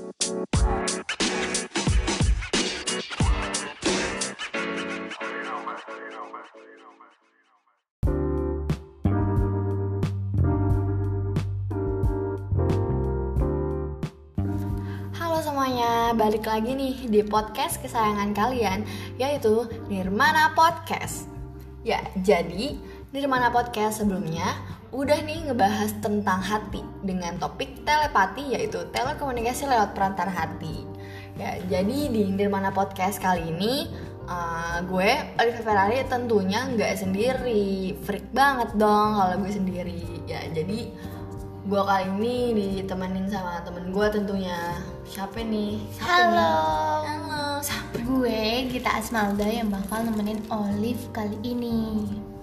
Halo semuanya, balik lagi nih di podcast kesayangan kalian, yaitu Nirmana Podcast. Ya, jadi Nirmana Podcast sebelumnya udah nih ngebahas tentang hati dengan topik telepati, yaitu telekomunikasi lewat perantara hati. Ya, jadi di Nirmana Podcast kali ini gue Oliver Ferrari tentunya nggak sendiri, freak banget dong kalau gue sendiri. Ya, jadi gue kali ini ditemenin sama temen gue tentunya. Siapa nih? Halo. Siapa? Gue Gita Asmalda yang bakal nemenin Olive kali ini.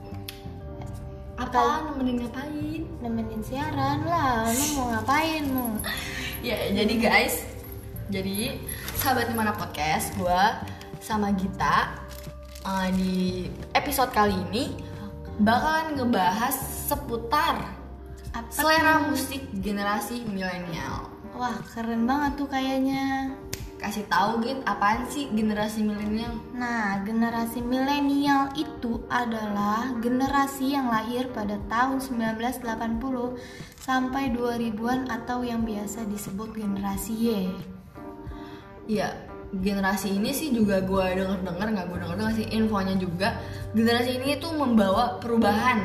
Apa? Nemenin ngapain? Nemenin siaran lah, lu mau ngapain lu? Ya, jadi guys, jadi sahabat Nirmana Podcast, gue sama Gita di episode kali ini bakalan ngebahas seputar selera musik generasi milenial. Wah, keren banget tuh kayaknya. Kasih tahu Git, apaan sih generasi milenial? Nah, generasi milenial itu adalah generasi yang lahir pada tahun 1980 sampai 2000-an atau yang biasa disebut generasi Y. Iya, generasi ini sih juga gue denger sih infonya juga. Generasi ini tuh membawa perubahan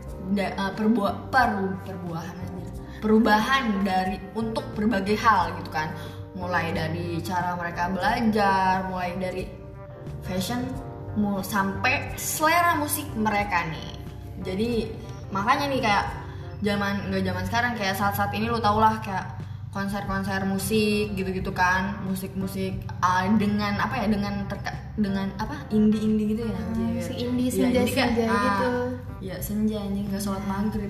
perubahan dari untuk berbagai hal gitu kan, mulai dari cara mereka belajar, mulai dari fashion, sampai selera musik mereka nih. Jadi makanya nih kayak zaman sekarang kayak saat ini lo tau lah kayak konser musik gitu kan, musik dengan apa ya, dengan apa indie gitu ya, musik indie senja gitu. Ya senja anjing, nggak sholat maghrib.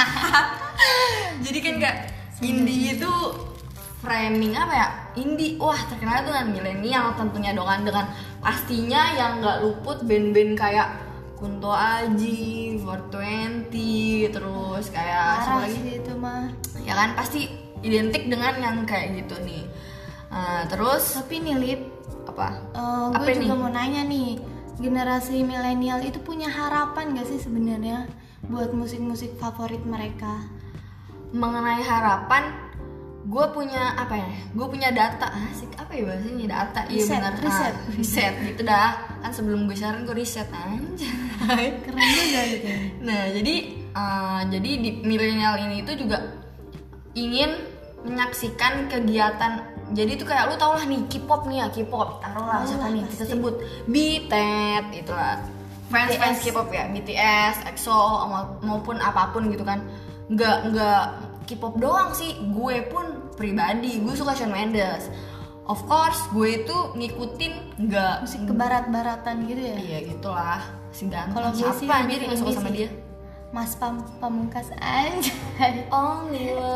Jadi kan kayak indie itu framing apa ya, indie wah terkenal dengan milenial tentunya dengan pastinya yang nggak luput band-band kayak Kunto Aji, 420, terus kayak siapa lagi itu mah ya kan, pasti identik dengan yang kayak gitu nih. Terus tapi nih Lip, juga gue juga mau nanya nih, generasi milenial itu punya harapan gak sih sebenarnya buat musik-musik favorit mereka? Mengenai harapan, gue punya apa ya? Gue punya data, asik apa ya bahasanya, data? Iya benar, riset gitu dah. Kan sebelum gue siaran gue riset anjay. Keren juga gitu. Nah jadi di milenial ini itu juga ingin menyaksikan kegiatan. Jadi itu kayak lu tau lah nih K-pop taruhlah siapa nih kita sebut BTS, itulah fans K-pop ya, BTS, EXO maupun apapun gitu kan. Nggak K-pop doang sih, gue pun pribadi gue suka Shawn Mendes. Of course gue itu ngikutin nggak musik kebarat-baratan gitu ya. Iya gitulah, si ganteng. Kalau gue sih anjir nggak suka sama dia, Mas Pamungkas anjay. Only one.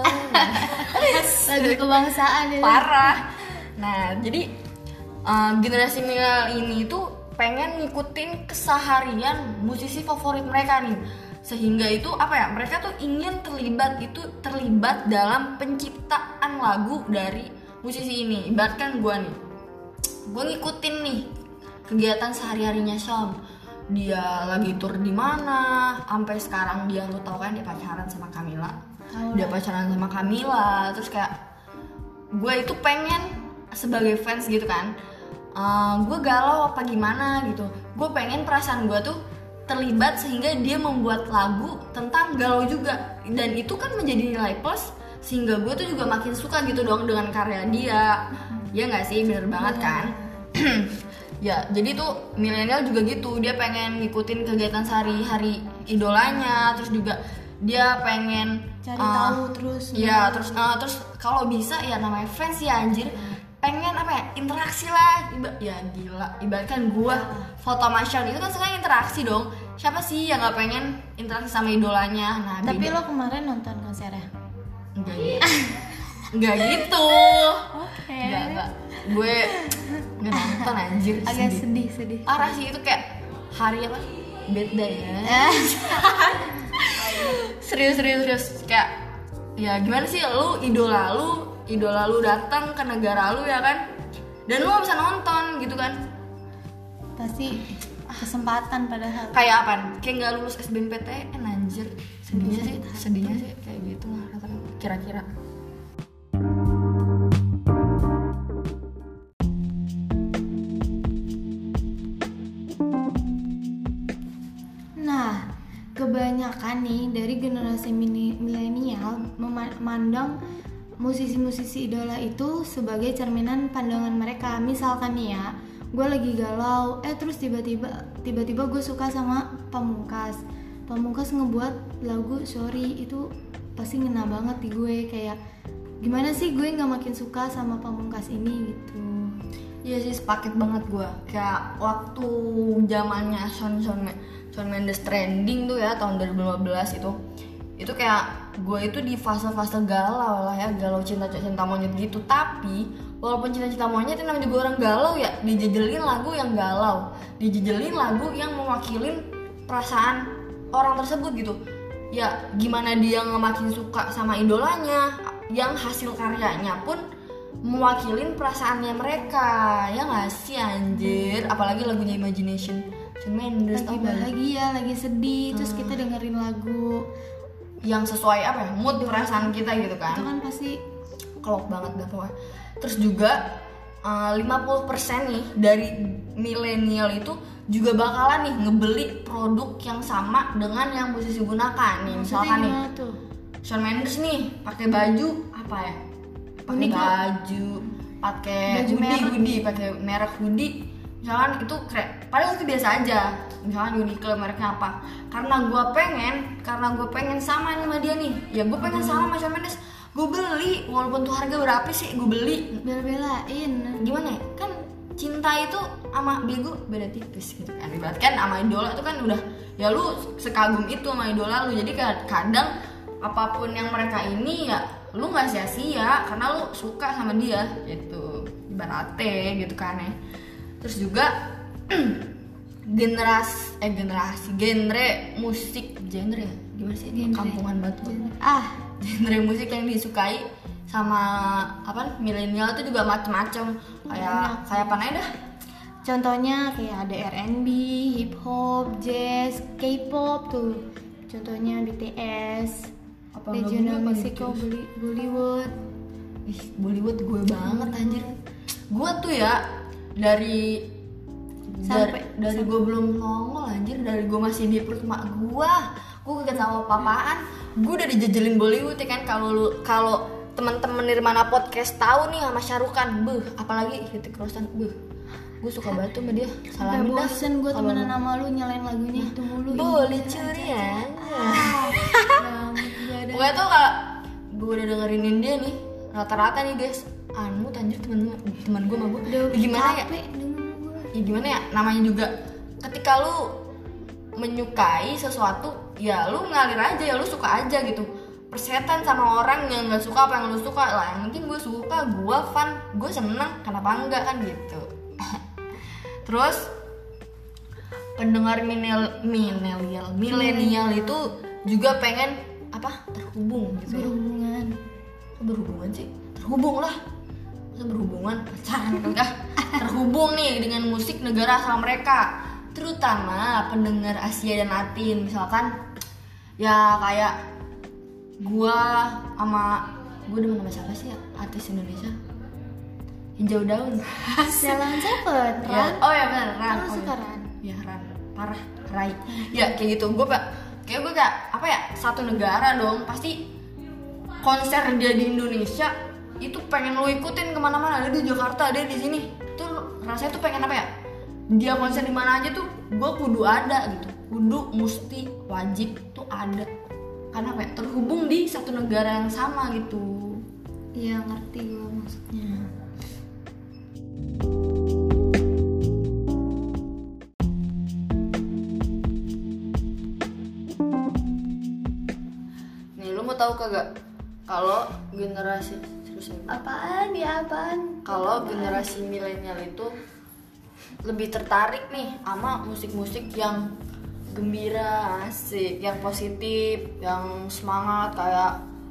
Lagu kebangsaan itu. Parah. Nah, jadi generasi milenial ini tuh pengen ngikutin keseharian musisi favorit mereka nih. Sehingga itu apa ya? Mereka tuh ingin terlibat dalam penciptaan lagu dari musisi ini. Ibaratkan gue ngikutin nih kegiatan sehari-harinya Syam. Dia lagi tur di mana, sampai sekarang dia, lu tau kan dia pacaran sama Camila. Terus kayak gue itu pengen sebagai fans gitu kan, gue galau apa gimana gitu, gue pengen perasaan gue tuh terlibat sehingga dia membuat lagu tentang galau juga, dan itu kan menjadi nilai plus sehingga gue tuh juga makin suka gitu dong dengan karya dia. Ya nggak sih, bener banget kan? Ya, jadi tuh milenial juga gitu, dia pengen ngikutin kegiatan sehari-hari idolanya, terus juga dia pengen cari tahu terus. Ya, terus kalau bisa ya namanya fans ya anjir, pengen apa ya, interaksi lah. Ya gila, ibaratkan gua foto Masyon itu kan sekarang interaksi dong. Siapa sih yang nggak pengen interaksi sama idolanya? Nah, tapi lo kemarin nonton konsernya? Enggak gitu. Oke. Enggak. Gue nggak nonton anjir. Agak sedih. Parah sih itu, kayak hari apa? Bad day ya. serius kayak ya gimana sih, lu idola lu idola lu datang ke negara lu ya kan, dan lu gak bisa nonton gitu kan. Pasti kesempatan padahal. Kayak apaan? Kayak nggak lulus SBMPTN anjir. Sedihnya sih kayak gitu lah rata-rata kira-kira. Nah, kebanyakan nih dari generasi milenial memandang musisi-musisi idola itu sebagai cerminan pandangan mereka. Misalkan nih ya, gue lagi galau, terus tiba-tiba gue suka sama Pamungkas ngebuat lagu Sorry, itu pasti ngena banget di gue. Kayak gimana sih gue nggak makin suka sama Pamungkas ini gitu. Iya sih, sepaket banget gue. Kayak waktu zamannya Shawn Mendes trending tuh ya tahun 2015 itu kayak gue itu di fase-fase galau lah ya, galau cinta monyet gitu. Tapi walaupun cinta monyet itu namanya juga orang galau ya, dijejelin lagu yang galau, dijejelin lagu yang mewakilin perasaan orang tersebut gitu. Ya gimana dia makin suka sama idolanya, yang hasil karyanya pun mewakilin perasaannya mereka, ya nggak sih anjir. Apalagi lagunya Imagination Shawn Mendes, lagi bahagia, lagi sedih, terus kita dengerin lagu yang sesuai apa ya, mood perasaan kita gitu kan. Itu kan pasti klop banget dah pokoknya. Terus juga 50% nih dari milenial itu juga bakalan nih ngebeli produk yang sama dengan yang musisi gunakan nih. Misalkan nih Shawn Mendes nih pakai baju apa ya, pakai baju hoodie, pakai merek hoodie misalkan, itu keren, padahal itu biasa aja. Misalkan Uniqlo mereknya apa, karena gue pengen sama nih sama dia nih, ya gue pengen sama Shawn Mendes, gue beli walaupun tuh harga berapa sih, gue beli bela-belain. Gimana ya, kan cinta itu sama bego beda tipis gitu kan. Ibarat kan sama idola itu kan udah ya lu sekagum itu sama idola lu, jadi kadang apapun yang mereka ini ya lu nggak sia-sia karena lu suka sama dia gitu, ibaratnya gitu kan ya. Terus juga genre musik, genre ya gimana sih, kampungan banget genre musik yang disukai sama apa milenial itu juga macam-macam. Kayak apa aja dah. Contohnya kayak ada R&B, hip hop, jazz, K-pop tuh. Contohnya BTS, regional musik, Bollywood. Bollywood gue banget anjir. Gue tuh ya dari gue belum nongol anjir, dari gue masih di perut mak gue kagak tahu apa-apaan, gue udah dijejelin Bollywood ya kan. Kalau teman-teman Nirmana Podcast tahu nih sama Syarukan, apalagi Hrithik Roshan, gue suka banget sama dia. Salamin dah. Bosen gue temenan sama lu nyalain lagunya itu mulu. Boleh curi ya. Pokoknya tuh kalau gue udah dengerin dia nih, rata-rata nih guys, anjir teman gue sama gue. Gimana ya? Namanya juga ketika lu menyukai sesuatu, ya lu ngalir aja, ya lu suka aja gitu. Persetan sama orang yang nggak suka apa yang lu suka lah. Yang penting gue suka, gue fun, gue seneng, kenapa enggak kan gitu. Terus pendengar milenial itu juga pengen apa? Terhubung gitu. Berhubungan sih. Terhubung lah. Berhubungan pacaran kan? Terhubung nih dengan musik negara asal mereka, terutama pendengar Asia dan Latin. Misalkan ya kayak gue demen sama siapa sih ya, artis Indonesia Hijau Daun. Jalan cepet ya, oh ya benar Ran. Ran. Ya Ran, parah Rai. Ya kayak gitu. Gue kayak apa ya, satu negara dong pasti konser dia di Indonesia itu pengen lo ikutin kemana-mana. Ada di Jakarta, ada di sini. Tuh rasanya tuh pengen apa ya? Dia konser di mana aja tuh, gue kudu ada gitu. Kudu, mesti, wajib tuh ada. Karena apa ya? Terhubung di satu negara yang sama gitu. Iya, ngerti gue maksudnya. Nih, lu mau tahu kagak? Kalau generasi Apaan? Kalau generasi milenial itu lebih tertarik nih sama musik-musik yang gembira, asik, yang positif, yang semangat, kayak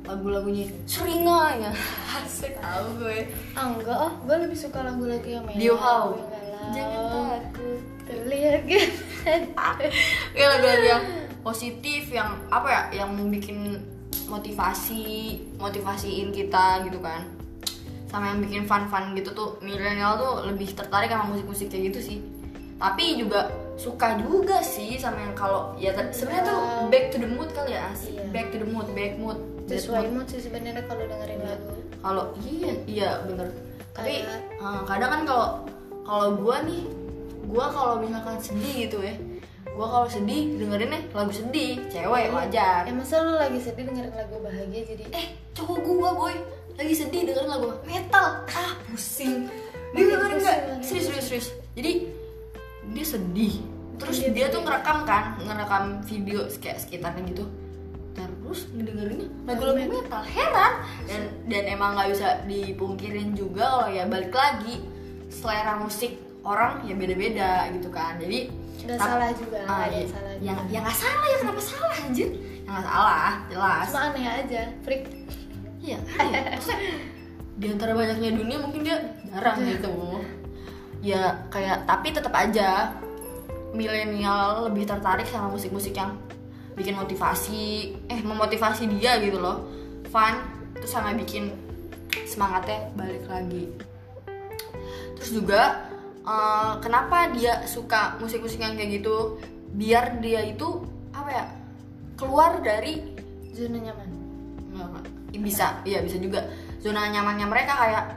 lagu-lagunya Seringa ya. Asik tahu gue. Enggak, gue lebih suka lagu-lagu yang mellow. Dio How. Jangan takut terlihat gitu. Ya lagu-lagu yang positif, yang apa ya, yang bikin motivasiin kita gitu kan, sama yang bikin fun gitu tuh. Milenial tuh lebih tertarik sama musik-musik kayak gitu sih. Tapi juga suka juga sih sama yang kalau ya sebenarnya tuh back to the mood kali ya. Iya. Back to the mood, Sesuai mood sih sebenarnya kalau dengerin lagu. Kalau iya bener. Tapi Kayak- kadang kan kalau gue kalau misalkan sedih gitu ya, gue kalau sedih dengerinnya lagu sedih, cewek wajar. Ya masa lu lagi sedih dengerin lagu bahagia jadi Cowok gue boy lagi sedih dengerin lagu metal, pusing. Dia dengerin nggak? Serius. Jadi dia sedih, terus dia tuh ngerekam video kayak sekitarnya gitu, terus ngedengerinnya lagu-lagu metal. Heran. Dan emang nggak bisa dipungkirin juga kalau ya balik lagi selera musik orang ya beda-beda gitu kan. Jadi nggak salah juga. Iya. Ya nggak salah ya, kenapa salah anjir? Ya nggak salah, jelas. Cuma aneh aja, freak. Iya. Maksudnya di antara banyaknya dunia mungkin dia jarang gitu. Ya kayak, tapi tetap aja milenial lebih tertarik sama musik-musik yang bikin memotivasi dia gitu loh, fun, terus sama bikin semangatnya balik lagi. Terus juga kenapa dia suka musik-musik yang kayak gitu, biar dia itu apa ya, keluar dari Zona nyaman. bisa juga zona nyamannya mereka. Kayak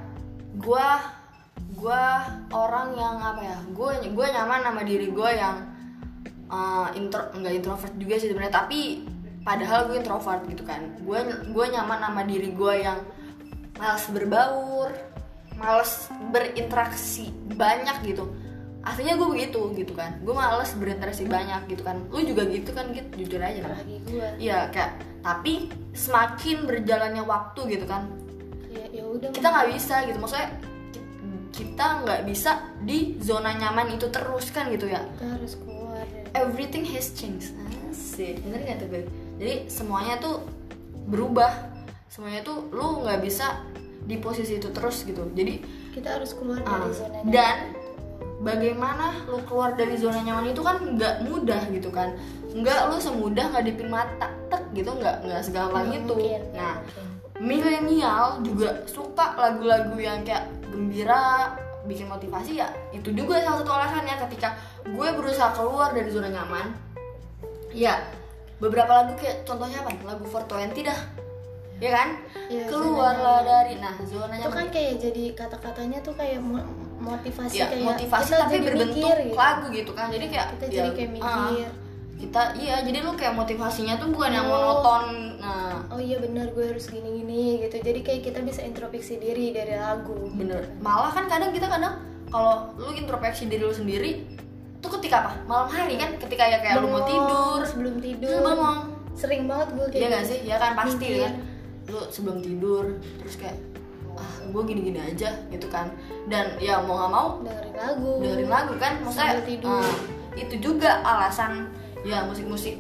gue orang yang apa ya, gue nyaman sama diri gue yang nggak introvert juga sih sebenarnya, tapi padahal gue introvert gitu kan. Gue nyaman sama diri gue yang malas berbaur, malas berinteraksi banyak gitu. Aslinya gue begitu gitu kan, gue malas berinteraksi banyak gitu kan. Lu juga gitu kan gitu, jujur aja lah. Iya kayak, tapi semakin berjalannya waktu gitu kan, ya udah, kita nggak bisa gitu, maksudnya kita nggak bisa di zona nyaman itu terus kan gitu ya. Kita harus keluar. Everything has changed. Asik, bener nggak tuh Beb? Jadi semuanya tuh berubah, semuanya tuh lu nggak bisa di posisi itu terus gitu. Jadi kita harus keluar dari zona nyaman. Dan bagaimana lu keluar dari zona nyaman itu kan nggak mudah gitu kan. Nggak lu semudah ngadepin mata gitu, nggak segampang itu. Nah, milenial juga suka lagu-lagu yang kayak gembira, bikin motivasi ya. Itu juga salah satu alasannya ketika gue berusaha keluar dari zona nyaman. Ya, beberapa lagu kayak contohnya apa? Lagu 420 dah. Ya kan? Ya, keluarlah dari zona nyaman. Itu kan kayak jadi kata-katanya tuh kayak motivasi, ya, kayak motivasi kita tapi berbentuk mikir, gitu. lagu gitu kan. Jadi kayak kita jadi kayak mikir. Jadi lu kayak motivasinya tuh bukan yang monoton. Oh iya benar, gue harus gini-gini gitu. Jadi kayak kita bisa introspeksi diri dari lagu. Bener. Malah kan kadang kalau lu introspeksi diri lu sendiri tuh ketika apa? Malam hari kan, ketika ya kayak lu mau tidur, sebelum tidur. bengong. Sering banget gue kayak. Iya nggak sih? Ya kan pasti mikir. kan. Lu sebelum tidur terus kayak gue gini-gini aja gitu kan. Dan ya mau nggak mau dengerin lagu kan, maksudnya itu juga alasan ya musik-musik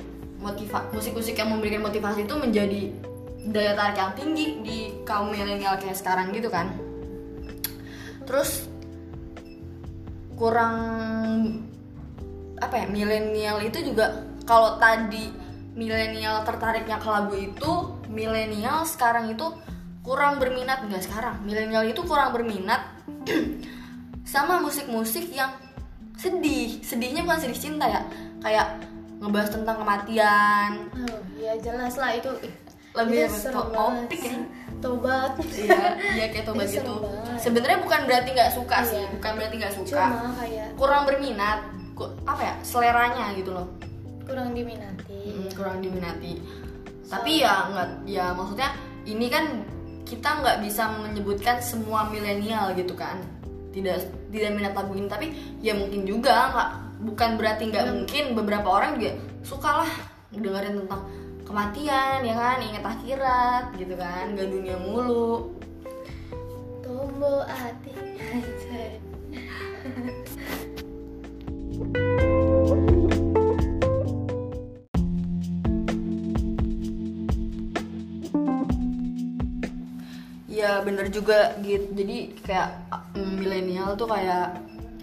yang memberikan motivasi itu menjadi daya tarik yang tinggi di kaum milenial kayak sekarang gitu kan. Terus kurang apa ya, milenial itu juga, kalau tadi milenial tertariknya ke lagu itu, milenial sekarang itu kurang berminat, milenial itu kurang berminat sama musik-musik yang sedihnya bukan sedih cinta ya, kayak ngebahas tentang kematian. Oh iya jelas lah itu. Lebih topik ya, tobat. Iya kayak tobat gitu. Sebenarnya bukan berarti nggak suka sih, bukan berarti nggak suka. Cuma kayak kurang berminat, apa ya, seleranya gitu loh. Kurang diminati. Tapi ya nggak, ya maksudnya ini kan kita nggak bisa menyebutkan semua milenial gitu kan. Tidak minat lagu ini, tapi ya mungkin juga bukan berarti nggak mungkin beberapa orang juga suka lah dengerin tentang kematian ya kan, ingat akhirat gitu kan, nggak dunia mulu. Tombo hati aja. bener juga gitu. Jadi kayak milenial tuh kayak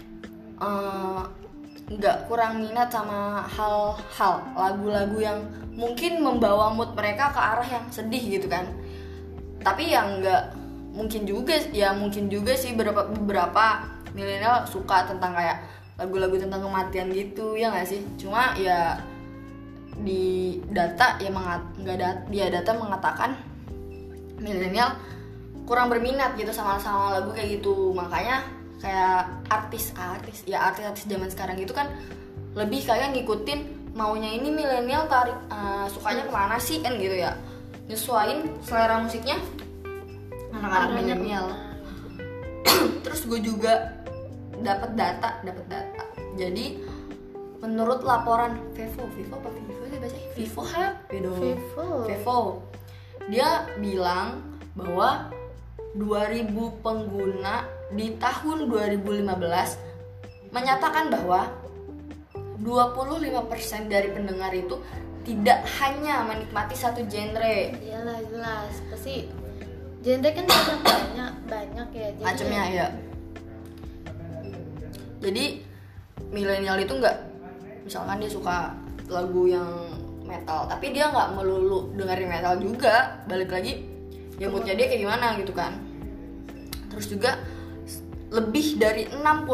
nggak kurang minat sama hal-hal lagu-lagu yang mungkin membawa mood mereka ke arah yang sedih gitu kan. Tapi yang nggak mungkin juga sih beberapa milenial suka tentang kayak lagu-lagu tentang kematian gitu ya nggak sih. Cuma ya di data ya data mengatakan milenial kurang berminat gitu sama lagu kayak gitu. Makanya kayak artis zaman sekarang gitu kan lebih kayak ngikutin maunya ini milenial sukanya kemana sih kan gitu ya, nyesuain selera musiknya anak-anak milenial. Terus gue juga dapat data. Jadi menurut laporan Vevo sih bahasanya Vevo, dia bilang bahwa 2000 pengguna di tahun 2015 menyatakan bahwa 25% dari pendengar itu tidak hanya menikmati satu genre. Iyalah jelas, pasti genre kan banyak ya. Macamnya ya. Jadi milenial itu nggak, misalkan dia suka lagu yang metal, tapi dia nggak melulu dengerin metal juga. Balik lagi, ya moodnya dia kayak gimana gitu kan. Terus juga lebih dari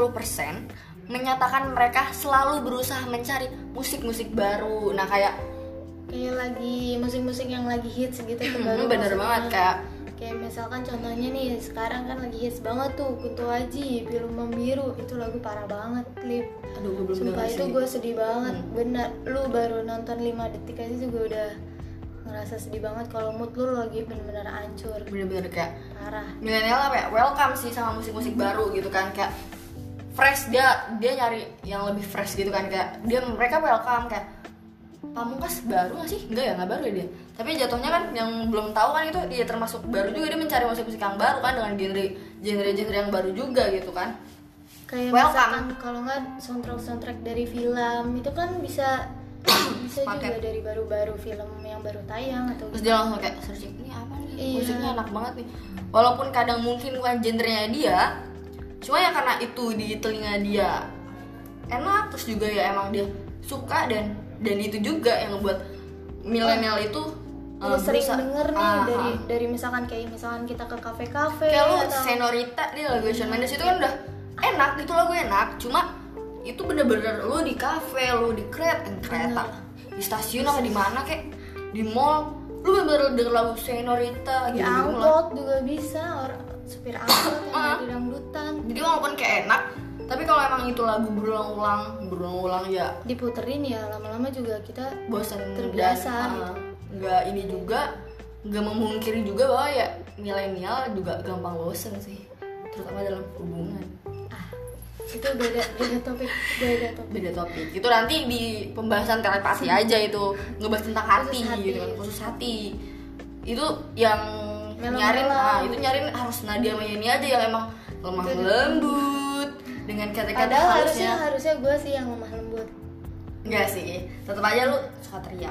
60% menyatakan mereka selalu berusaha mencari musik-musik baru. Nah kayak lagi musik-musik yang lagi hits gitu terbaru. Bener banget, kayak misalkan contohnya nih sekarang kan lagi hits banget tuh Kunto Aji, Pilu Membiru, itu lagu parah banget klip. Aduh, gue belum sumpah itu gue sedih banget. Bener, lu baru nonton 5 detik aja juga udah ngerasa sedih banget kalau mood lu lagi bener-bener hancur. Bener-bener kayak parah. Milenial apa ya, welcome sih sama musik-musik baru gitu kan, kayak fresh, dia nyari yang lebih fresh gitu kan, kayak mereka welcome. Kayak Pamungkas baru gak sih? Nggak baru ya dia. Tapi jatuhnya kan yang belum tahu kan itu dia termasuk baru juga, dia mencari musik-musik yang baru kan dengan genre yang baru juga gitu kan. Kayak misalkan kalau nggak soundtrack dari film itu kan bisa juga dari baru-baru film yang baru tayang atau terus dia langsung kayak searching ini apa nih, musiknya enak banget nih. Walaupun kadang mungkin bukan genrenya dia, cuma ya karena itu di telinga dia enak, terus juga ya emang dia suka dan itu juga yang ngebuat milenial itu sering denger nih dari misalkan kita ke kafe-kafe kayak lu Senorita, dia lagu Shawn Mendes itu kan udah enak, itu lagu enak, cuma itu bener-bener lu di kafe, lu di kereta, di stasiun atau di mana kayak di mall, lu bener-bener denger lagu Senorita di angkot juga bisa, supir angkot yang di dangdutan. Jadi walaupun kayak enak, tapi kalau emang itu lagu berulang-ulang ya diputerin ya lama-lama juga kita bosan, terbiasa. Nggak ini juga, nggak memungkiri juga bahwa ya milenial juga gampang bosan sih, terutama dalam hubungan. Itu beda topik. Itu nanti di pembahasan telepati aja, itu ngebahas tentang hati gitu kan, khusus hati. Itu yang nyarin harus Nadia Mayani aja yang emang lemah lembut dengan kata-kata harusnya gue sih yang lemah lembut. Enggak sih, tetap aja lu suka teriak.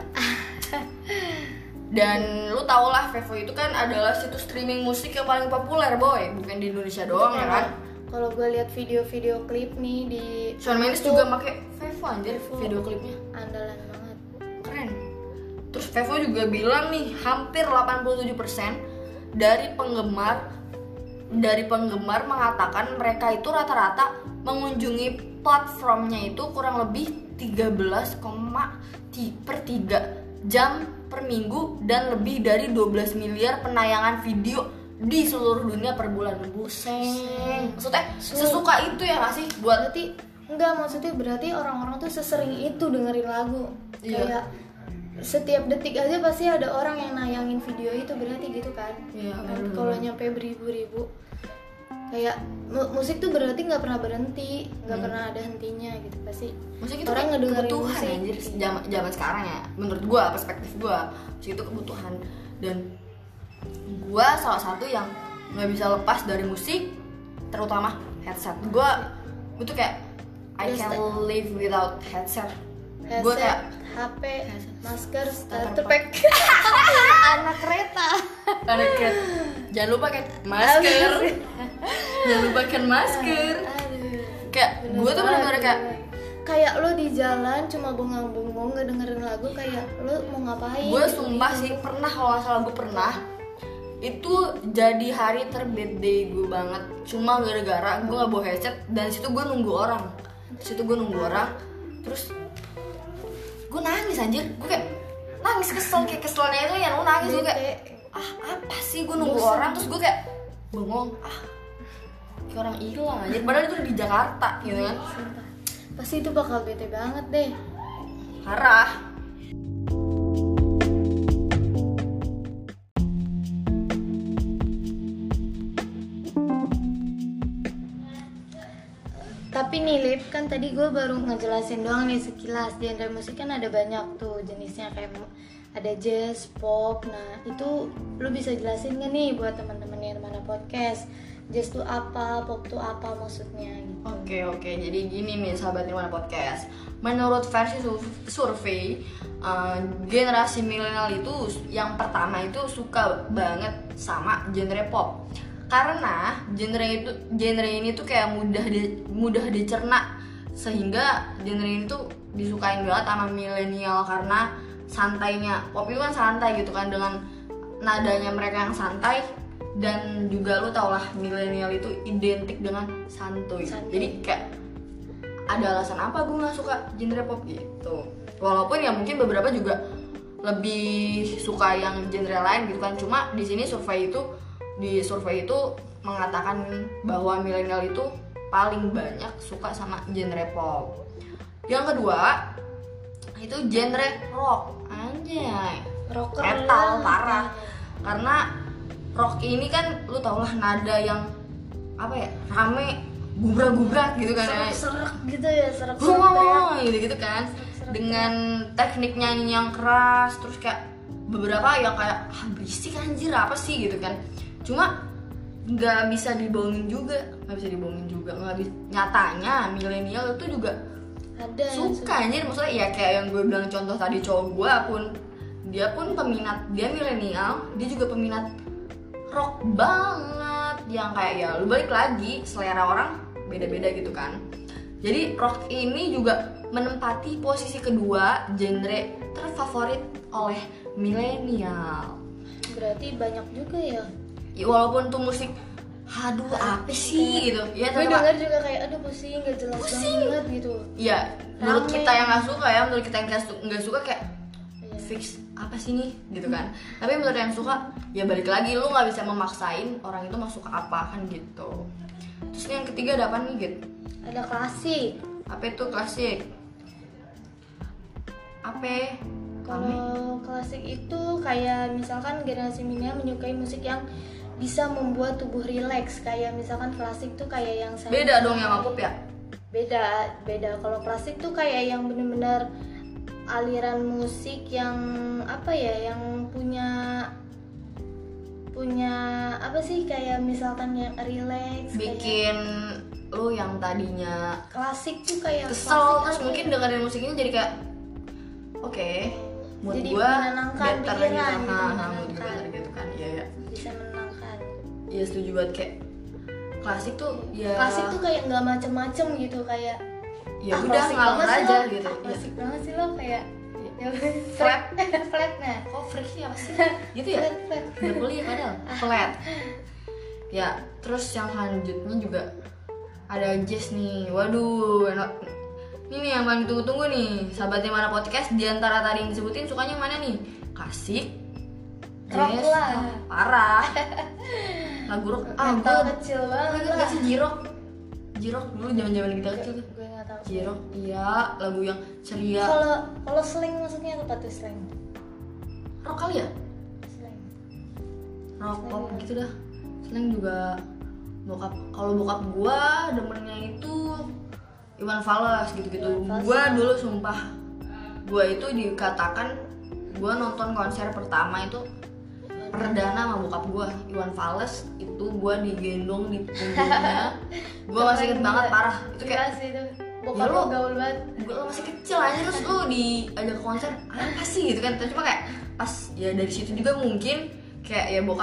Dan lu tau lah Vevo itu kan adalah situs streaming musik yang paling populer boy, bukan di Indonesia doang ya kan. Kalau gue lihat video-video klip nih di Shawn Mendes juga pakai Vevo anjir, video klipnya andalan banget, keren. Terus Vevo juga bilang nih hampir 87% dari penggemar mengatakan mereka itu rata-rata mengunjungi platformnya itu kurang lebih 13,3 jam per minggu dan lebih dari 12 miliar penayangan video di seluruh dunia per bulan. Buseng. Maksudnya sesuka itu ya nggak sih buat maksudnya berarti orang-orang tuh sesering itu dengerin lagu. Kayak setiap detik aja pasti ada orang yang nayangin video itu, berarti gitu kan. Kalau nyampe beribu-ribu, kayak musik tuh berarti nggak pernah berhenti, nggak pernah ada hentinya gitu. Pasti musik itu orang ngedengerin musik anjir, zaman sekarang ya, menurut gua, perspektif gua, musik itu kebutuhan. Dan gua salah satu yang nggak bisa lepas dari musik, terutama headset. Gua tuh kayak I can't live without headset. Gua kayak HP, masker, starter pack, anak kereta. jangan lupa pakai masker. Jangan lupa pakai masker. Kayak gue tuh bener-bener kayak lo di jalan cuma bengong-bengong nggak dengerin lagu, kayak lo mau ngapain? Gue sumpah sih pernah, kalau nggak salah gue pernah, itu jadi hari terbad day gue banget, cuma gara-gara gue nggak bawa headset dan situ gue nunggu orang. Terus gue nangis anjir, gue kayak nangis keselnya itu yang lo nangis. Gue kayak apa sih, gue nunggu orang terus gue kayak bengong, kayak orang hilang anjir, padahal itu di Jakarta gitu kan. Pasti itu bakal bete banget deh, parah. Tapi nih Lip, kan tadi gue baru ngejelasin doang nih sekilas. Genre musik kan ada banyak tuh jenisnya, kayak ada jazz, pop. Nah itu lu bisa jelasin gak nih buat teman-teman Nirmana Podcast, jazz tuh apa, pop tuh apa maksudnya gitu. Oke, jadi gini nih sahabat Nirmana Podcast. Menurut versi survei, generasi milenial itu yang pertama itu suka banget sama genre pop. Karena genre ini tuh kayak mudah dicerna, sehingga genre ini tuh disukain banget sama milenial karena santainya. Pop itu kan santai gitu kan, dengan nadanya mereka yang santai, dan juga lu tau lah milenial itu identik dengan santuy. Jadi kayak ada alasan apa gue nggak suka genre pop gitu. Walaupun ya mungkin beberapa juga lebih suka yang genre lain gitu kan. Cuma di sini di survei itu mengatakan bahwa milenial itu paling banyak suka sama genre pop. Yang kedua itu genre rock, anjay, Rocker metal parah. Karena rock ini kan lu tau lah nada yang apa ya, rame, gubrak gitu kan, serak gitu ya, serak gitu kan, dengan teknik nyanyi yang keras, terus kayak beberapa yang kayak berisik anjir apa sih gitu kan. Cuma nggak bisa dibohongin juga, nyatanya milenial itu juga ada suka anjir. Maksudnya ya kayak yang gue bilang contoh tadi, cowok gue pun dia peminat, dia milenial, dia juga peminat rock banget, yang kayak ya lu balik lagi selera orang beda-beda gitu kan. Jadi rock ini juga menempati posisi kedua genre terfavorit oleh milenial. Berarti banyak juga ya. Ya, walaupun tuh musik apa sih gitu ya, gue denger juga kayak pusing, gak jelas banget gitu ya. Menurut kita yang nggak suka ya, menurut kita yang nggak suka kayak fix apa sih nih gitu kan. Tapi menurut yang suka ya balik lagi, lu nggak bisa memaksain orang itu mau suka apa kan gitu. Terus yang ketiga ada apa nih gitu? Ada klasik. Apa itu klasik? Apa? Kalau klasik itu kayak misalkan generasi milenial menyukai musik yang bisa membuat tubuh rileks. Kayak misalkan klasik tuh kayak yang beda dong yang pop ya? Beda. Kalau klasik tuh kayak yang bener-bener aliran musik yang apa ya, yang punya apa sih, kayak misalkan yang rileks, bikin kayak lu yang tadinya klasik tuh kayak kesel, terus mungkin dengerin musik ini jadi kayak oke, mood jadi gua menenangkan better pikiran gitu, menenangkan gitu kan. Iya. Bisa menenangkan. Iya setuju banget, kayak klasik tuh ya. Klasik tuh kayak nggak macem-macem gitu, kayak ya udah ngalir aja gitu. Klasik banget sih lo, kayak ya, flat. Nah. Kok freak sih apa sih? Gitu ya? Flat. Udah kuliah padahal. Flat. Ya, terus yang selanjutnya juga ada jazz nih. Waduh, enak. Ini nih yang paling ditunggu-tunggu nih. Sahabat Nirmana Podcast, di antara tadi yang disebutin sukanya yang mana nih? Klasik, rock jazz, lah. Parah. Lagu rock. Metal kecil banget lah. Gak sih Jirok dulu zaman-zaman kita kecil. Gue nggak tahu. Jirok, iya, lagu yang ceria. Kalau slang maksudnya apa tuh slang? Rock kali ya? Slang. Rock pop gitu dah. Slang juga kalau bokap gua demennya itu Iwan Fals gitu-gitu. Gua dulu sumpah, gua itu dikatakan gua nonton konser pertama itu perdana sama bokap gua, Iwan Fals itu gua digendong di punggungnya. Gua masih inget banget, parah. Itu kayak bokap lu gaul banget. Gua masih kecil aja, terus lu diajak konser apa sih gitu kan. Cuma kayak pas ya dari situ juga mungkin kayak ya bokap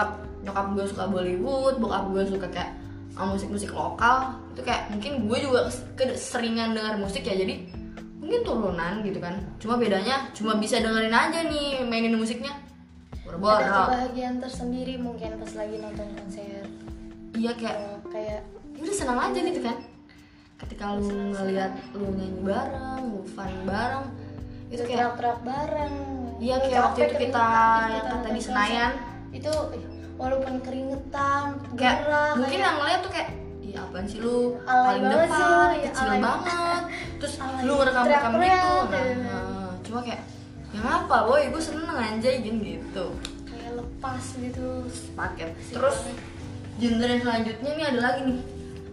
nyokap gue suka Bollywood, bokap gue suka kayak musik-musik lokal. Itu kayak mungkin gue juga seringan dengar musik ya, jadi mungkin turunan gitu kan. Cuma bedanya cuma bisa dengerin aja nih, mainin musiknya. Ada kebahagiaan tersendiri mungkin pas lagi nonton konser. Iya kayak ya udah senang aja gitu kan. Ketika lu ngeliat lu nyanyi bareng, lu fun bareng, itu kayak teriak-teriak bareng. Iya kayak waktu itu kita yang kata di Senayan itu walaupun keringetan, kayak gerah, mungkin kayak yang ngeliat tuh kayak iya apaan sih lu alay paling banget depan, sih, kecil alay banget, terus alay, lu ngerekam gitu. teriak-teriak, Cuma kayak ya apa boy, gue seneng anjay gitu. Kayak lepas gitu. Paket. Terus genre selanjutnya nih ada lagi nih.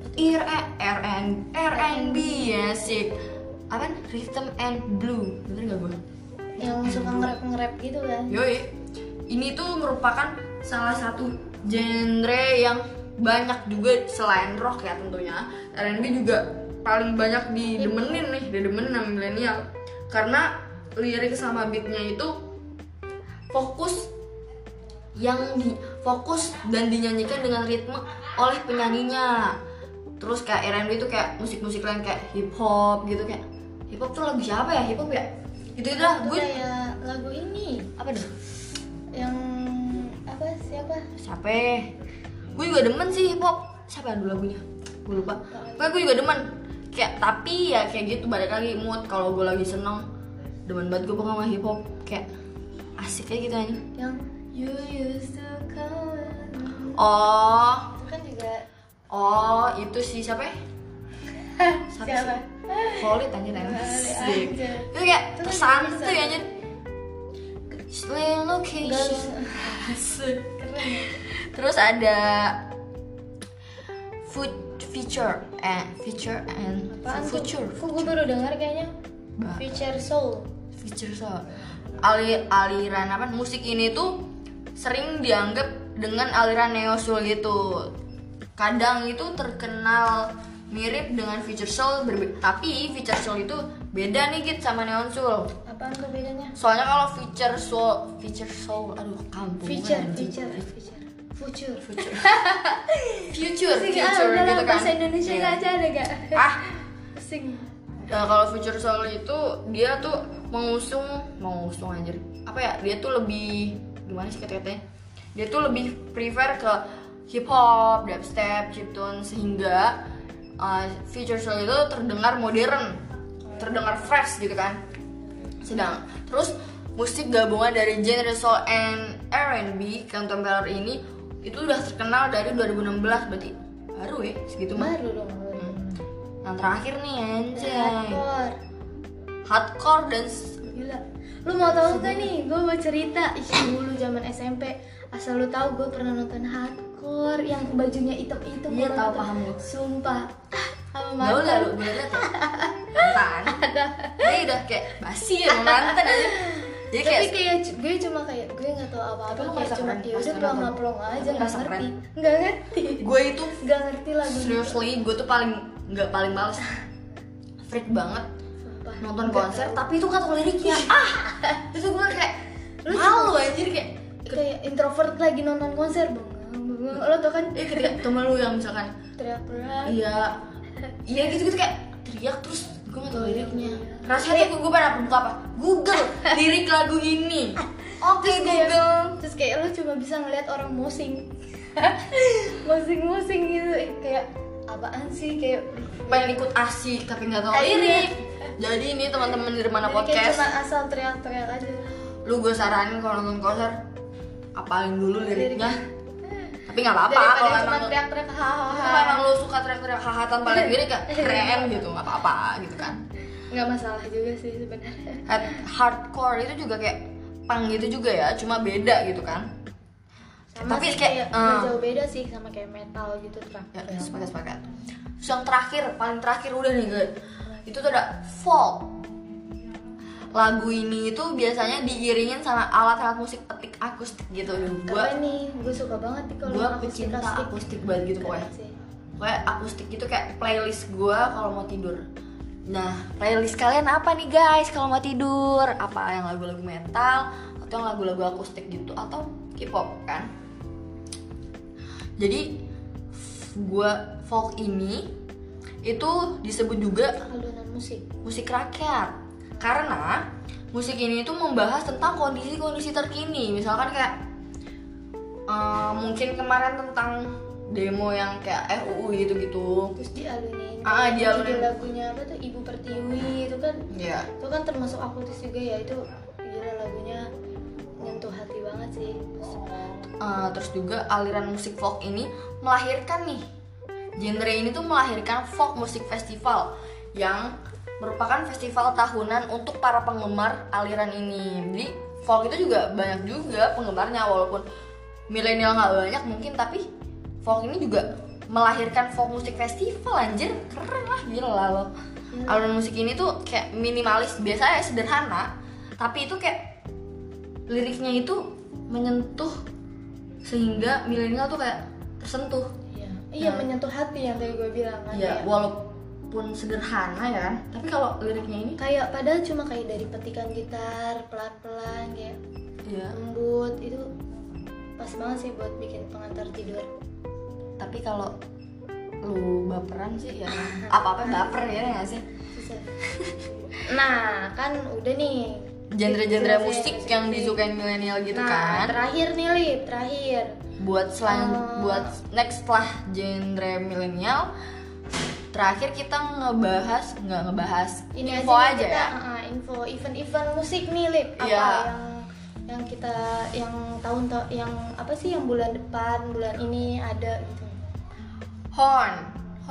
R&B ya sih. Apa? Rhythm and Blue. Bener gak gue? Yang suka nge-rap gitu kan. Yoi. Ini tuh merupakan salah satu genre yang banyak juga selain rock ya tentunya. R&B juga paling banyak didemenin sama milenial. Karena lirik sama beatnya itu fokus dan dinyanyikan dengan ritme oleh penyanyinya. Terus kayak R&B itu kayak musik-musik lain kayak hip hop gitu, kayak hip hop tuh lagu siapa ya? Hip hop ya? Gitu dah. Gue kayak lagu ini apa deh? Yang apa siapa? Gue juga demen sih hip hop. Siapa dulu lagunya? Gue lupa. Pokoknya gue juga demen. Kayak tapi ya kayak gitu, balik lagi mood. Kalau gue lagi seneng, demen banget gue pokoknya sama hip hop, kayak asik kayak gitu aja. Yang you used to call. Itu kan juga. Itu sih siapa ya? Siapa? Holit anjir Asik. Itu kayak tersantuy anjir. Slay location. Terus ada feature and future. Gue baru dengar kayaknya. Future soul. Aliran apa? Musik ini tuh sering dianggap dengan aliran neo soul gitu. Kadang itu terkenal mirip dengan future soul, tapi future soul itu beda nih Git sama neon soul. Apaan tuh bedanya? Soalnya kalau future soul, aduh kampung. Future gitu kan. kan. Bahasa Indonesia Iya. aja ada gak? Pusing. Nah, kalau future soul itu dia tuh mengusung anjir. Apa ya? Dia tuh lebih gimana sih kata-katanya? Dia tuh lebih prefer ke hip hop, dubstep, chiptune sehingga future soul itu terdengar modern, terdengar fresh gitu kan. Terus musik gabungan dari genre soul and R&B contemporary ini itu udah terkenal dari 2016, berarti baru ya segitu mah. Baru dong. Yang terakhir nih anjay. Hardcore dan Gila. Lu mau tahu gak nih? Gue mau cerita. Dulu zaman SMP, asal lu tahu gue pernah nonton hardcore yang bajunya hitam-hitam. Iya tahu paham gue. Sumpah. Sama Gak udah lu boleh lihat ya. Mantan. Dia udah kayak basi ya sama mantan aja. Jadi tapi kayak gue cuma kayak gue nggak tahu apa-apa, Tapi lu kayak ngerasa cuma keren ya pas udah nonton? pelong aja, Lu ngerasa nggak ngerti gue itu nggak ngerti lagu seriously gue tuh paling males, freak banget Sumpah. nonton Nggak konser tahu. tapi itu kata liriknya itu gue kayak Lu malu anjir kayak kayak introvert lagi nonton konser bang, lo tau kan ketika temen lu yang misalkan teriak-teriak. iya gitu kayak teriak terus gue nggak tahu liriknya. Rasanya tuh gue pada buka apa? Google lirik lagu ini. Oke Google. Terus kayak lo cuma bisa ngeliat orang musing gitu, kayak apaan sih, kayak Pengen ikut asik tapi nggak tahu lirik. Jadi ini teman-teman dari mana jadi kayak podcast, cuma asal teriak-teriak aja. lu gue saranin kalau nonton konser apalin dulu liriknya. Tapi nggak apa-apa Daripada kalau cuma emang teriak-teriak kalau emang lu suka teriak-teriak haha tanpa lirik ya keren gitu, nggak apa-apa gitu kan. nggak masalah juga sih sebenarnya. Hardcore itu juga kayak punk gitu juga ya, cuma beda gitu kan. Sama Tapi sih kayak nggak jauh beda sih sama kayak metal gitu ya, sepakat. Terus yang paling terakhir udah nih guys, itu tuh ada folk. Lagu ini itu biasanya diiringin sama alat-alat musik petik akustik gitu. Keren nih, gue suka banget nih kalau Gue yang pecinta akustik banget gitu pokoknya. sih. Pokoknya akustik itu kayak playlist gue kalau mau tidur. Nah, playlist kalian apa nih guys kalau mau tidur? Apa yang lagu-lagu metal atau yang lagu-lagu akustik gitu atau K-pop kan? Jadi folk ini itu disebut juga alunan musik rakyat karena musik ini itu membahas tentang kondisi-kondisi terkini. Misalkan kayak mungkin kemarin tentang demo yang kayak RUU gitu-gitu. Terus dialunin. Dialunin. Lagunya apa tuh Ibu Pertiwi itu kan. Iya. Itu kan termasuk akutis juga ya, itu gila lagunya nyentuh hati banget sih. Terus juga aliran musik folk ini melahirkan nih. Genre ini tuh melahirkan folk musik festival yang merupakan festival tahunan untuk para penggemar aliran ini. Jadi folk itu juga banyak juga penggemarnya, walaupun milenial nggak banyak mungkin, tapi folk ini juga melahirkan folk musik festival. Anjir, keren lah, gila loh. Aliran musik ini tuh kayak minimalis, biasanya sederhana, tapi itu kayak liriknya itu menyentuh sehingga milenial tuh kayak tersentuh. Iya, menyentuh hati yang tadi gue bilang kan. Iya, walaupun sederhana ya kan, tapi kalau liriknya ini kayak padahal cuma kayak dari petikan gitar pelan-pelan kayak lembut, itu pas banget sih buat bikin pengantar tidur. Tapi kalau lu baperan sih ya apa-apa baper ya nggak sih? Susah. Nah, kan udah nih genre-genre musik yang disukain milenial gitu kan. Terakhir nih Lip, buat next setelah genre milenial, terakhir kita nggak ngebahas ini info aja kita, ya. Info event musik nih Lip. Apa yang kita yang apa sih yang bulan depan, bulan ini ada gitu. Hone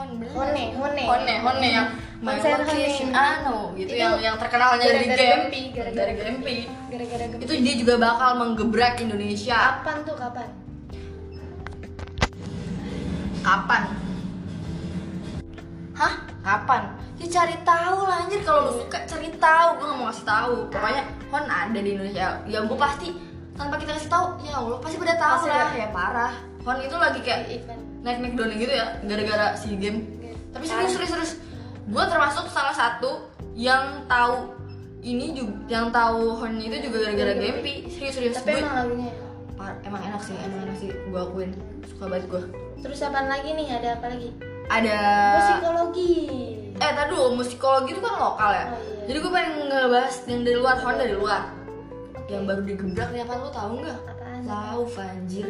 yang konser Hone gitu, yang terkenalnya dari Gempi. Itu dia juga bakal menggebrak Indonesia. Kapan? Hah? Kapan? Ya cari tahu lah anjir, kalau lu suka cari tahu, gue gak mau kasih tahu. Pokoknya Hon ada di Indonesia. Ya gue pasti tanpa kita kasih tahu, ya Allah pasti pada tahu lah. Ya parah. Hon itu lagi kayak naik daun gitu ya, gara-gara SEA Games. Tapi serius. Gue termasuk salah satu yang tahu ini juga, yang tahu Hon itu juga gara-gara Gempi. Serius. Tapi emang lagunya emang enak sih, gue akuin, suka banget gue. Terus apaan lagi nih? Ada apa lagi? Ada musikologi. Tadi dulu, musikologi itu kan lokal ya. Jadi gue pengen ngebahas yang dari luar, Hon dari luar. Yang baru digebrak nih, apa lu tahu nggak? Tahu, anjir.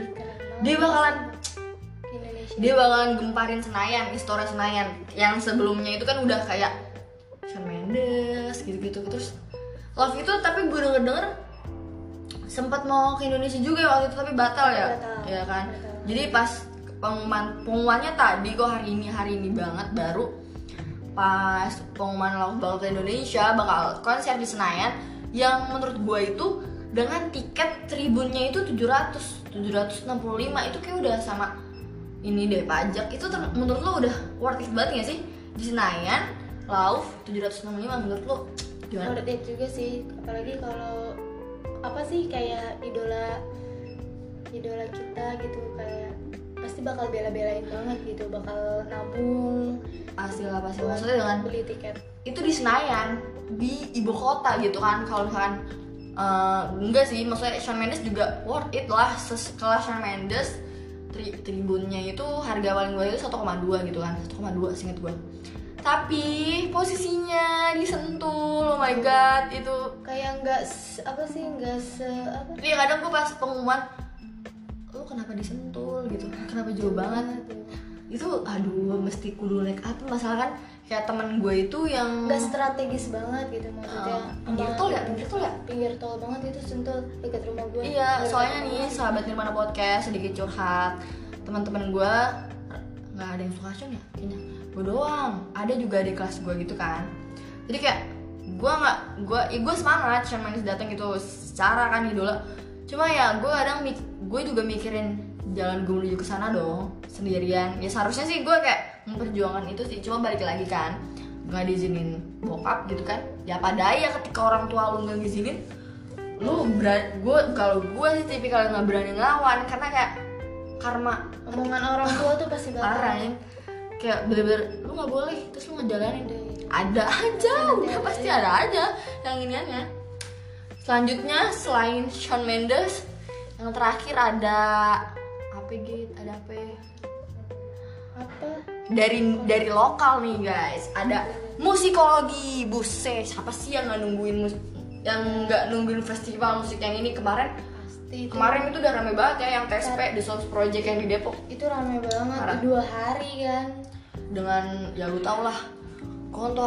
Dia bakalan gemparin Senayan, Istora Senayan. Yang sebelumnya itu kan udah kayak Shawn Mendes gitu-gitu. Terus Love itu, tapi gue denger sempat mau ke Indonesia juga waktu itu, tapi batal ya. Ya kan. Jadi pas pengumumannya tadi kok hari ini banget baru pas pengumuman Love bakal ke Indonesia, bakal konser di Senayan, yang menurut gue itu dengan tiket tribunnya itu 765 itu kayak udah sama ini deh pajak. Itu menurut lo udah worth it banget gak sih di Senayan Love 765? Menurut lo gimana? Worth it juga sih, apalagi kalau apa sih kayak idola kita gitu, kayak pasti bakal bela-belain banget gitu, bakal nabung pasti maksudnya dengan beli tiket itu di Senayan, di ibu kota gitu kan. Kalau misalkan enggak sih, maksudnya Shawn Mendes juga worth it lah, sekelas Shawn Mendes. Tribunnya itu harga paling gue itu 1,2 gitu kan, 1,2 seinget gue. Tapi posisinya di Sentul, oh my god, itu kayak nggak Iya, kadang gue pas pengumuman, lu kenapa di Sentul gitu, kenapa jauh banget. Itu aduh, mesti kudu naik apa, masalah kan kayak temen gue itu yang nggak strategis banget gitu, maksudnya pinggir tol banget itu, Sentul dekat rumah gue. Iya, soalnya nih sahabat Nirmana Podcast sedikit curhat, teman-teman gue nggak ada yang suka Shawn ya kayaknya, gue doang. Ada juga di kelas gue gitu kan, jadi kayak gue semangat Shawn Mendes datang gitu secara kan idola. Cuma ya gue juga mikirin jalan gue menuju ke sana dong sendirian. Ya seharusnya sih gue kayak memperjuangkan itu sih, cuma balik lagi kan nggak diizinin bokap gitu kan. Ya apa daya ketika orang tua lu nggak ngizinin, kalau gue sih tipikal nggak berani ngelawan, karena kayak karma omongan orang tua tuh pasti parah ya. Kayak bener-bener lu nggak boleh, terus lu ngejalanin deh. Ada aja, pasti ada aja yang iniannya. Selanjutnya selain Shawn Mendes, yang terakhir ada apa apa gitu, ada apa ya? Apa? Dari lokal nih guys, ada musikologi. Buset, siapa sih yang nggak nungguin festival musik yang ini kemarin? Pasti itu. Kemarin itu udah rame banget ya yang TSP The Source Project yang di Depok. Itu rame banget. Parah. 2 hari kan. Dengan ya lu tau lah, Kunto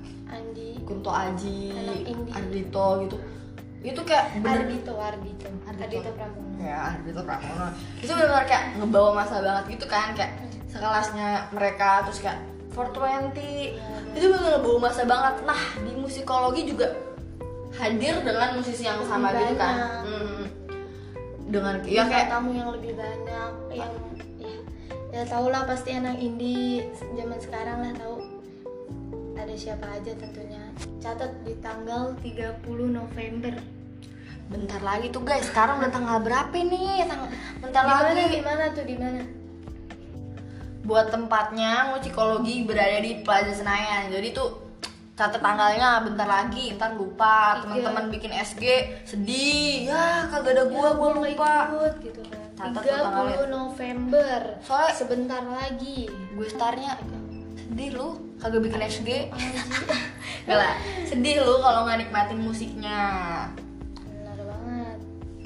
Aji, Anak indie. Ardito gitu. Itu kayak bener Ardito Pramono. ya Ardito Pramono. Itu benar kayak ngebawa masa banget gitu kan, kayak sekelasnya mereka, terus kayak 420. Itu benar ngebawa masa banget. Nah, di musikologi juga hadir dengan musisi yang sama Lebih gitu kan. banyak. Dengan ya kayak tamu yang lebih banyak, yang ya tau lah pasti anak indie zaman sekarang lah tahu ada siapa aja tentunya. Catat di tanggal 30 November. bentar lagi tuh guys. Sekarang udah tanggal berapa nih? Bentar lagi. Di mana? Buat tempatnya musikologi berada di Plaza Senayan. Jadi tuh catat tanggalnya, bentar lagi, ntar lupa. Teman-teman bikin SG sedih. Ya kagak ada gua nggak lupa. ikut gitu kan. Catat tuh tanggalnya. 30 November. Soalnya Sebentar lagi. gue startnya sedih lu kagak bikin SG. Gak lah, sedih lu kalau nggak nikmatin musiknya. Benar banget.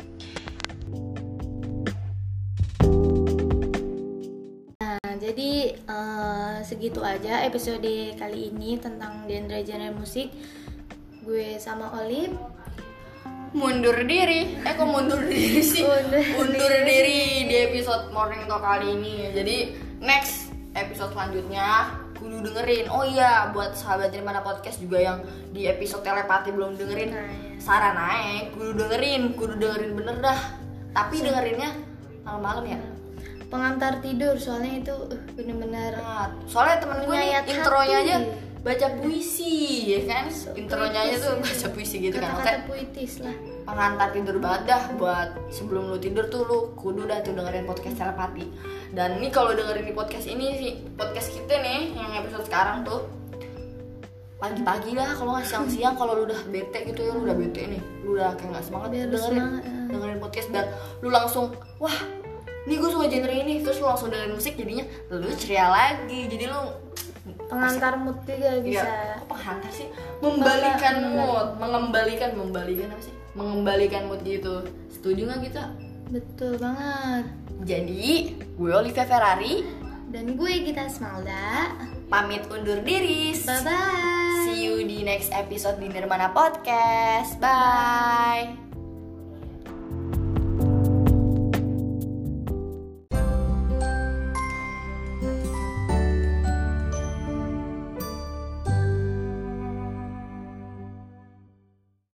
Nah, jadi segitu aja episode kali ini tentang genre-genre musik. Gue sama Olive Mundur diri. Kok mundur diri sih? Undur diri di episode Morning Talk kali ini. Jadi next episode selanjutnya kudu dengerin. Oh iya, buat sahabat dari mana podcast juga yang di episode telepati belum dengerin, saran naik kudu dengerin bener dah. Tapi dengerinnya malam-malam ya. pengantar tidur, soalnya itu bener-bener Soalnya temen gue nih menyayat intronya hati. aja baca puisi ya kan. Intronya aja tuh baca puisi gitu kan. kata-kata puitis lah. Pengantar tidur banget dah. Buat sebelum lu tidur tuh lu kudu dah tuh dengerin podcast telepati. Dan nih kalau dengerin di podcast ini sih, podcast kita nih yang episode sekarang tuh pagi-pagi lah, kalau nggak siang-siang, kalau lu udah bete gitu ya, lu udah bete nih, lu udah kayak nggak semangat, Biar lu dengerin semangat, ya. dengerin podcast dan lu langsung wah nih gue suka genre ini, terus lu langsung dengerin musik, jadinya lu ceria lagi, jadi lu Pengantar mood juga bisa. ya, kok penghantar sih, membalikan mood, mengembalikan apa sih, mengembalikan mood gitu. Setuju nggak kita? Betul banget. Jadi gue Olivia Ferrari Dan gue Gita Smalda. pamit undur diri. Bye bye. See you di next episode di Nirmana Podcast. Bye.